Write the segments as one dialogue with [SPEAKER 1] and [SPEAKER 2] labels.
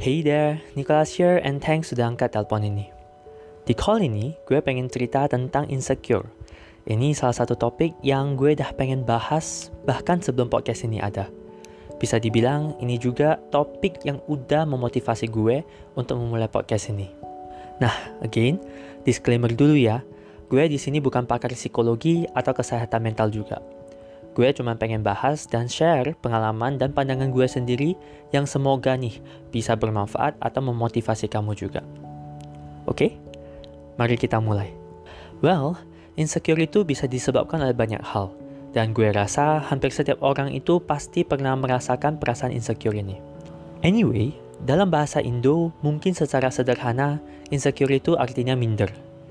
[SPEAKER 1] Hey there, Nicholas here and thanks sudah angkat telepon ini. Di call ini, gue pengen cerita tentang insecure. Ini salah satu topik yang gue dah pengen bahas bahkan sebelum podcast ini ada. Bisa dibilang ini juga topik yang udah memotivasi gue untuk memulai podcast ini. Nah, again, disclaimer dulu ya. Gue di sini bukan pakar psikologi atau kesehatan mental juga. Gue cuma pengen bahas dan share pengalaman dan pandangan gue sendiri yang semoga nih bisa bermanfaat atau memotivasi kamu juga. Oke? Mari kita mulai. Well, insecure itu bisa disebabkan oleh banyak hal. Dan gue rasa hampir setiap orang itu pasti pernah merasakan perasaan insecure ini. Anyway, dalam bahasa Indo, mungkin secara sederhana, insecure itu artinya minder.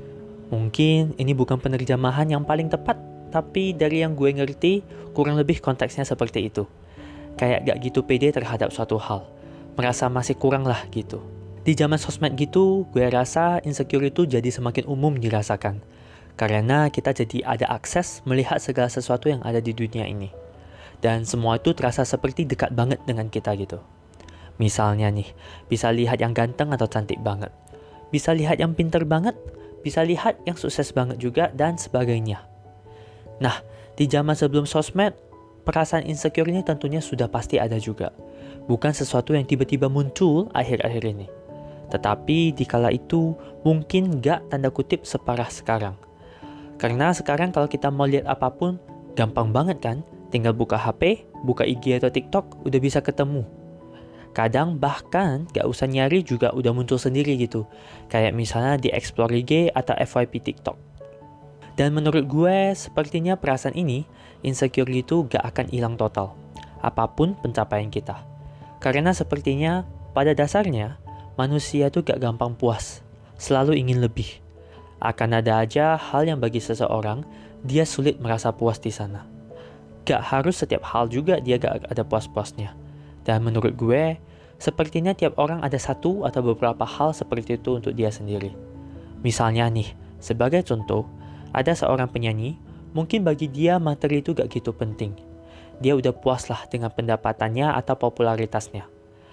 [SPEAKER 1] Mungkin ini bukan penerjemahan yang paling tepat, tapi dari yang gue ngerti, kurang lebih konteksnya seperti itu. Kayak gak gitu pede terhadap suatu hal. Merasa masih kurang lah gitu. Di zaman sosmed gitu, gue rasa insecure itu jadi semakin umum dirasakan. Karena kita jadi ada akses melihat segala sesuatu yang ada di dunia ini. Dan semua itu terasa seperti dekat banget dengan kita gitu. Misalnya nih, bisa lihat yang ganteng atau cantik banget. Bisa lihat yang pinter banget. Bisa lihat yang sukses banget juga dan sebagainya. Nah, di zaman sebelum sosmed, perasaan insecure ini tentunya sudah pasti ada juga. Bukan sesuatu yang tiba-tiba muncul akhir-akhir ini. Tetapi di kala itu mungkin gak tanda kutip separah sekarang. Karena sekarang kalau kita mau lihat apapun, gampang banget kan? Tinggal buka HP, buka IG atau TikTok, udah bisa ketemu. Kadang bahkan gak usah nyari juga udah muncul sendiri gitu. Kayak misalnya di Explore IG atau FYP TikTok. Dan menurut gue, sepertinya perasaan ini, insecure itu gak akan hilang total. Apapun pencapaian kita. Karena sepertinya, pada dasarnya, manusia itu gak gampang puas. Selalu ingin lebih. Akan ada aja hal yang bagi seseorang, dia sulit merasa puas di sana. Gak harus setiap hal juga dia gak ada puas-puasnya. Dan menurut gue, sepertinya tiap orang ada satu atau beberapa hal seperti itu untuk dia sendiri. Misalnya nih, sebagai contoh, ada seorang penyanyi, mungkin bagi dia materi itu gak gitu penting. Dia udah puas lah dengan pendapatannya atau popularitasnya.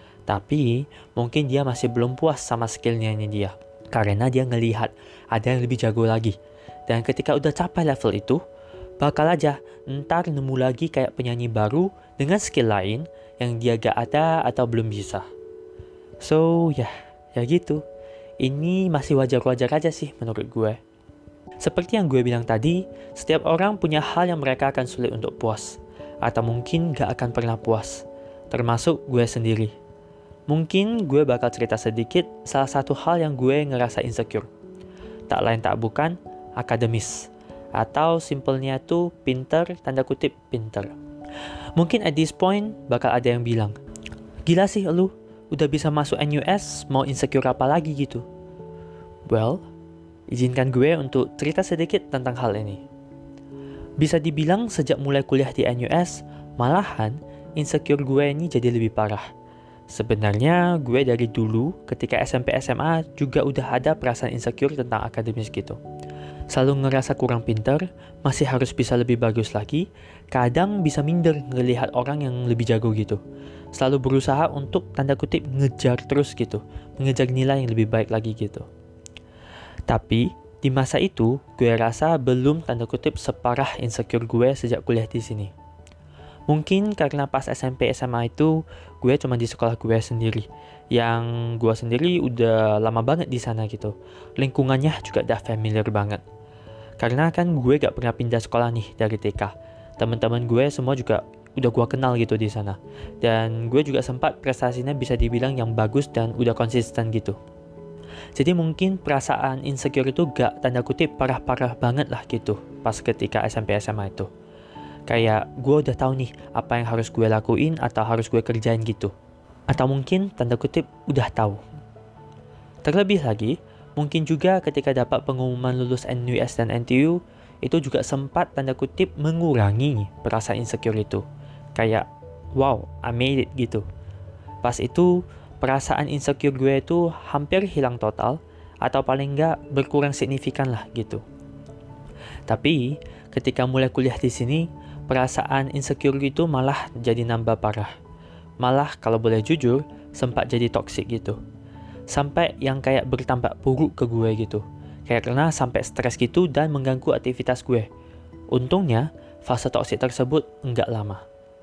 [SPEAKER 1] Tapi, mungkin dia masih belum puas sama skillnya dia. Karena dia ngelihat ada yang lebih jago lagi. Dan ketika udah capai level itu, bakal aja ntar nemu lagi kayak penyanyi baru dengan skill lain yang dia gak ada atau belum bisa. So, ya gitu. Ini masih wajar-wajar aja sih menurut gue. Seperti yang gue bilang tadi, setiap orang punya hal yang mereka akan sulit untuk puas. Atau mungkin gak akan pernah puas. Termasuk gue sendiri. Mungkin gue bakal cerita sedikit salah satu hal yang gue ngerasa insecure. Tak lain tak bukan, akademis. Atau simpelnya tuh pinter, tanda kutip pinter. Mungkin at this point bakal ada yang bilang, gila sih lu, udah bisa masuk NUS, mau insecure apa lagi gitu. Well, izinkan gue untuk cerita sedikit tentang hal ini. Bisa dibilang sejak mulai kuliah di NUS, malahan insecure gue ini jadi lebih parah. Sebenarnya gue dari dulu ketika SMP SMA juga udah ada perasaan insecure tentang akademis gitu. Selalu ngerasa kurang pintar, masih harus bisa lebih bagus lagi, kadang bisa minder ngelihat orang yang lebih jago gitu. Selalu berusaha untuk tanda kutip ngejar terus gitu, mengejar nilai yang lebih baik lagi gitu. Tapi, di masa itu, gue rasa belum tanda kutip separah insecure gue sejak kuliah di sini. Mungkin karena pas SMP SMA itu, gue cuma di sekolah gue sendiri. Yang gue sendiri udah lama banget di sana gitu. Lingkungannya juga udah familiar banget. Karena kan gue gak pernah pindah sekolah nih dari TK. Teman-teman gue semua juga udah gue kenal gitu di sana. Dan gue juga sempat prestasinya bisa dibilang yang bagus dan udah konsisten gitu. Jadi mungkin perasaan insecure itu gak tanda kutip parah-parah banget lah gitu pas ketika SMP SMA itu. Kayak gue udah tahu nih apa yang harus gue lakuin atau harus gue kerjain gitu. Atau mungkin tanda kutip udah tahu. Terlebih lagi, mungkin juga ketika dapat pengumuman lulus NUS dan NTU, itu juga sempat tanda kutip mengurangi perasaan insecure itu. Kayak, wow, I made it gitu. Pas itu, perasaan insecure gue itu hampir hilang total, atau paling enggak berkurang signifikan lah gitu. Tapi, ketika mulai kuliah di sini, perasaan insecure itu malah jadi nambah parah. Malah kalau boleh jujur, sempat jadi toxic gitu. Sampai yang kayak bertampak buruk ke gue gitu. Kayak karena sampai stres gitu dan mengganggu aktivitas gue. Untungnya, fase toxic tersebut enggak lama.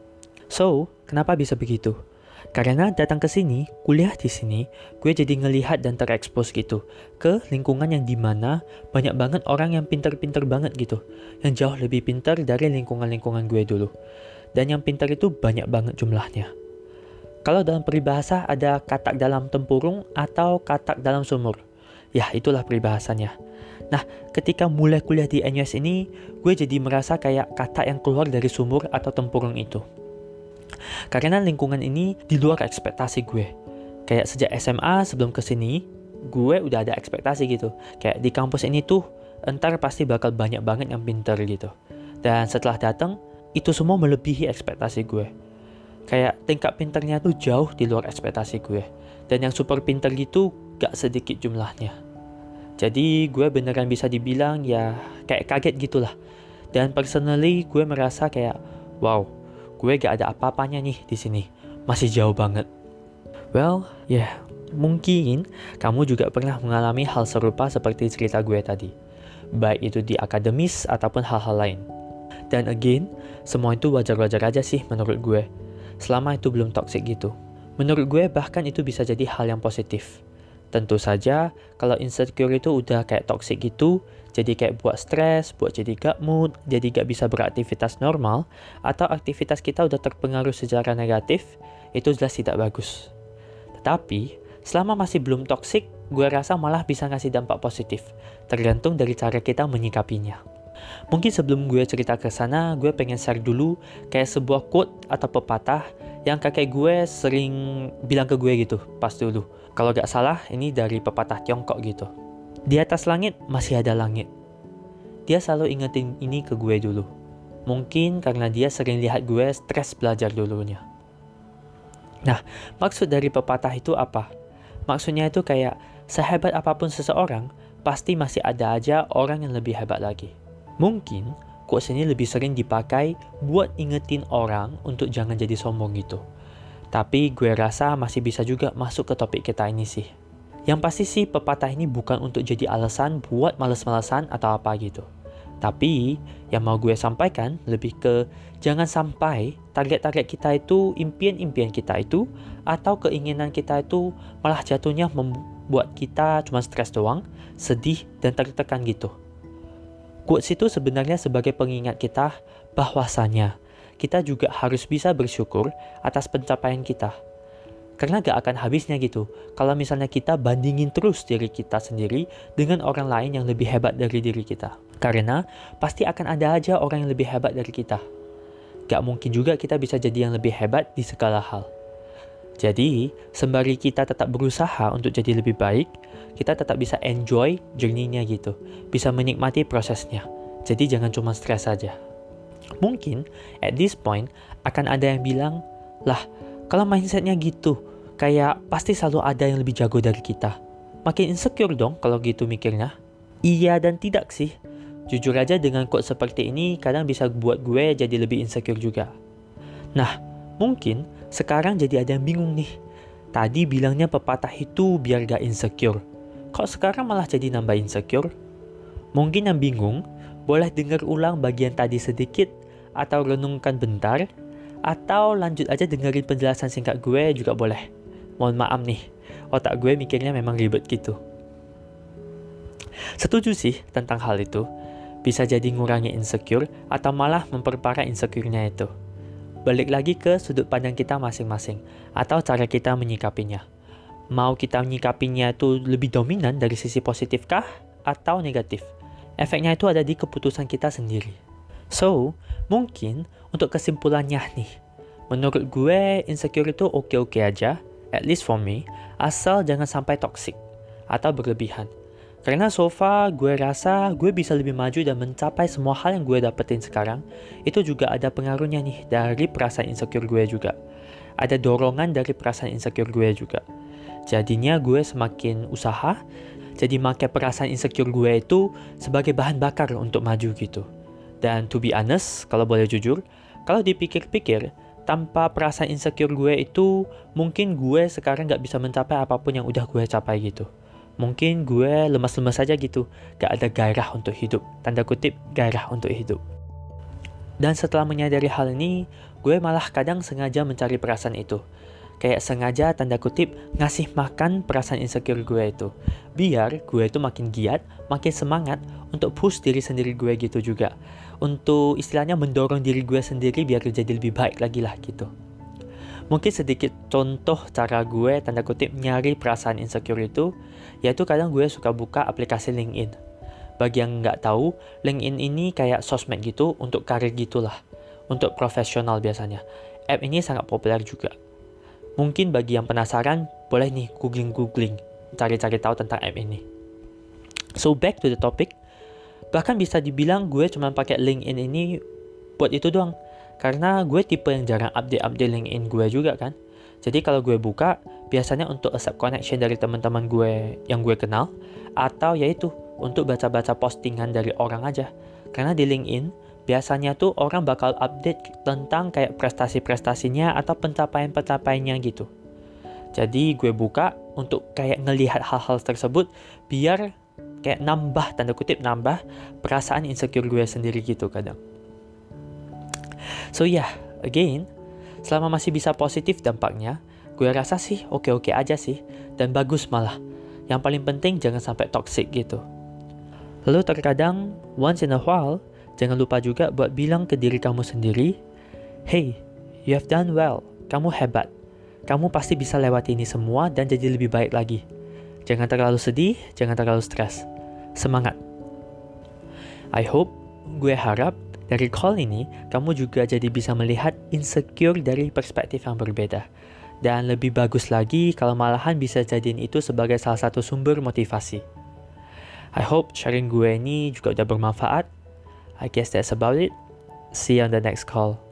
[SPEAKER 1] So, kenapa bisa begitu? Karena datang ke sini, kuliah di sini, gue jadi ngelihat dan terekspos gitu ke lingkungan yang dimana banyak banget orang yang pintar-pintar banget gitu, yang jauh lebih pintar dari lingkungan-lingkungan gue dulu. Dan yang pintar itu banyak banget jumlahnya. Kalau dalam peribahasa ada katak dalam tempurung atau katak dalam sumur. Ya, itulah peribahasanya. Nah, ketika mulai kuliah di NUS ini, gue jadi merasa kayak katak yang keluar dari sumur atau tempurung itu. Karena lingkungan ini di luar ekspektasi gue. Kayak sejak SMA sebelum kesini, gue udah ada ekspektasi gitu. Kayak di kampus ini tuh, entar pasti bakal banyak banget yang pintar gitu. Dan setelah datang, itu semua melebihi ekspektasi gue. Kayak tingkat pintarnya tuh jauh di luar ekspektasi gue. Dan yang super pintar gitu, gak sedikit jumlahnya. Jadi gue beneran bisa dibilang ya kayak kaget gitulah. Dan personally gue merasa kayak, wow, gue gak ada apa-apanya nih di sini. Masih jauh banget. Well, mungkin kamu juga pernah mengalami hal serupa seperti cerita gue tadi. Baik itu di akademis ataupun hal-hal lain. Dan again, semua itu wajar-wajar aja sih menurut gue. Selama itu belum toxic gitu. Menurut gue bahkan itu bisa jadi hal yang positif. Tentu saja, kalau insecure itu udah kayak toxic gitu, jadi kayak buat stres, buat jadi gak mood, jadi gak bisa beraktivitas normal, atau aktivitas kita udah terpengaruh secara negatif, itu jelas tidak bagus. Tetapi, selama masih belum toxic, gue rasa malah bisa ngasih dampak positif, tergantung dari cara kita menyikapinya. Mungkin sebelum gue cerita ke sana, gue pengen share dulu kayak sebuah quote atau pepatah yang kakek gue sering bilang ke gue gitu pas dulu. Kalau gak salah, ini dari pepatah Tiongkok gitu. Di atas langit masih ada langit. Dia selalu ingetin ini ke gue dulu. Mungkin karena dia sering lihat gue stres belajar dulunya. Nah, maksud dari pepatah itu apa? Maksudnya itu kayak, sehebat apapun seseorang, pasti masih ada aja orang yang lebih hebat lagi. Mungkin, quotes ini lebih sering dipakai buat ingetin orang untuk jangan jadi sombong gitu. Tapi gue rasa masih bisa juga masuk ke topik kita ini sih. Yang pasti sih pepatah ini bukan untuk jadi alasan buat males-malesan atau apa gitu. Tapi yang mau gue sampaikan lebih ke jangan sampai target-target kita itu, impian-impian kita itu, atau keinginan kita itu malah jatuhnya membuat kita cuma stres doang, sedih dan tertekan gitu. Quotes itu sebenarnya sebagai pengingat kita bahwasanya kita juga harus bisa bersyukur atas pencapaian kita. Karena gak akan habisnya gitu, kalau misalnya kita bandingin terus diri kita sendiri dengan orang lain yang lebih hebat dari diri kita. Karena pasti akan ada aja orang yang lebih hebat dari kita. Gak mungkin juga kita bisa jadi yang lebih hebat di segala hal. Jadi, sembari kita tetap berusaha untuk jadi lebih baik, kita tetap bisa enjoy journey-nya gitu. Bisa menikmati prosesnya. Jadi jangan cuma stres saja. Mungkin, at this point, akan ada yang bilang, lah, kalau mindsetnya gitu, kayak pasti selalu ada yang lebih jago dari kita. Makin insecure dong kalau gitu mikirnya. Iya dan tidak sih. Jujur aja dengan quote seperti ini, kadang bisa buat gue jadi lebih insecure juga. Nah, mungkin sekarang jadi ada yang bingung nih. Tadi bilangnya pepatah itu biar gak insecure. Kok sekarang malah jadi nambah insecure? Mungkin yang bingung, boleh dengar ulang bagian tadi sedikit, atau renungkan bentar, atau lanjut aja dengerin penjelasan singkat gue juga boleh. Mohon maaf nih, otak gue mikirnya memang ribet gitu. Setuju sih tentang hal itu, bisa jadi ngurangi insecure atau malah memperparah insecure-nya itu. Balik lagi ke sudut pandang kita masing-masing, atau cara kita menyikapinya. Mau kita menyikapinya itu lebih dominan dari sisi positif kah atau negatif? Efeknya itu ada di keputusan kita sendiri. So, mungkin untuk kesimpulannya nih, menurut gue insecure itu oke-oke aja, at least for me, asal jangan sampai toxic atau berlebihan. Karena so far gue rasa gue bisa lebih maju dan mencapai semua hal yang gue dapetin sekarang, itu juga ada pengaruhnya nih dari perasaan insecure gue juga. Ada dorongan dari perasaan insecure gue juga. Jadinya gue semakin usaha, jadi pakai perasaan insecure gue itu sebagai bahan bakar untuk maju gitu. Dan to be honest, kalau boleh jujur, kalau dipikir-pikir, Tanpa perasaan insecure gue itu, mungkin gue sekarang gak bisa mencapai apapun yang udah gue capai gitu. Mungkin gue lemas-lemas aja gitu, gak ada gairah untuk hidup. Tanda kutip, gairah untuk hidup. Dan setelah menyadari hal ini, gue malah kadang sengaja mencari perasaan itu. Kayak sengaja tanda kutip ngasih makan perasaan insecure gue itu. Biar gue itu makin giat, makin semangat untuk push diri sendiri gue gitu juga. Untuk istilahnya mendorong diri gue sendiri biar jadi lebih baik lagi lah gitu. Mungkin sedikit contoh cara gue tanda kutip nyari perasaan insecure itu, yaitu kadang gue suka buka aplikasi LinkedIn. Bagi yang nggak tahu, LinkedIn ini kayak sosmed gitu untuk karir gitulah. Untuk profesional biasanya. App ini sangat populer juga. Mungkin bagi yang penasaran, boleh nih googling, cari-cari tahu tentang app ini. So back to the topic, bahkan bisa dibilang gue cuma pakai LinkedIn ini buat itu doang. Karena gue tipe yang jarang update LinkedIn gue juga kan. Jadi kalau gue buka, biasanya untuk accept connection dari teman-teman gue yang gue kenal, atau yaitu untuk baca-baca postingan dari orang aja. Karena di LinkedIn, biasanya tuh orang bakal update tentang kayak prestasi-prestasinya atau pencapaian-pencapaiannya gitu. Jadi gue buka untuk kayak ngelihat hal-hal tersebut biar kayak nambah, tanda kutip nambah perasaan insecure gue sendiri gitu kadang. So yeah, again, selama masih bisa positif dampaknya, gue rasa sih oke-oke aja sih dan bagus malah. Yang paling penting jangan sampai toxic gitu. Lalu terkadang, once in a while, jangan lupa juga buat bilang ke diri kamu sendiri, hey, you have done well, kamu hebat. Kamu pasti bisa lewati ini semua dan jadi lebih baik lagi. Jangan terlalu sedih, jangan terlalu stres. Semangat. I hope, gue harap, dari call ini, kamu juga jadi bisa melihat insecure dari perspektif yang berbeda. Dan lebih bagus lagi kalau malahan bisa jadiin itu sebagai salah satu sumber motivasi. I hope sharing gue ini juga udah bermanfaat. I guess that's about it. See you on the next call.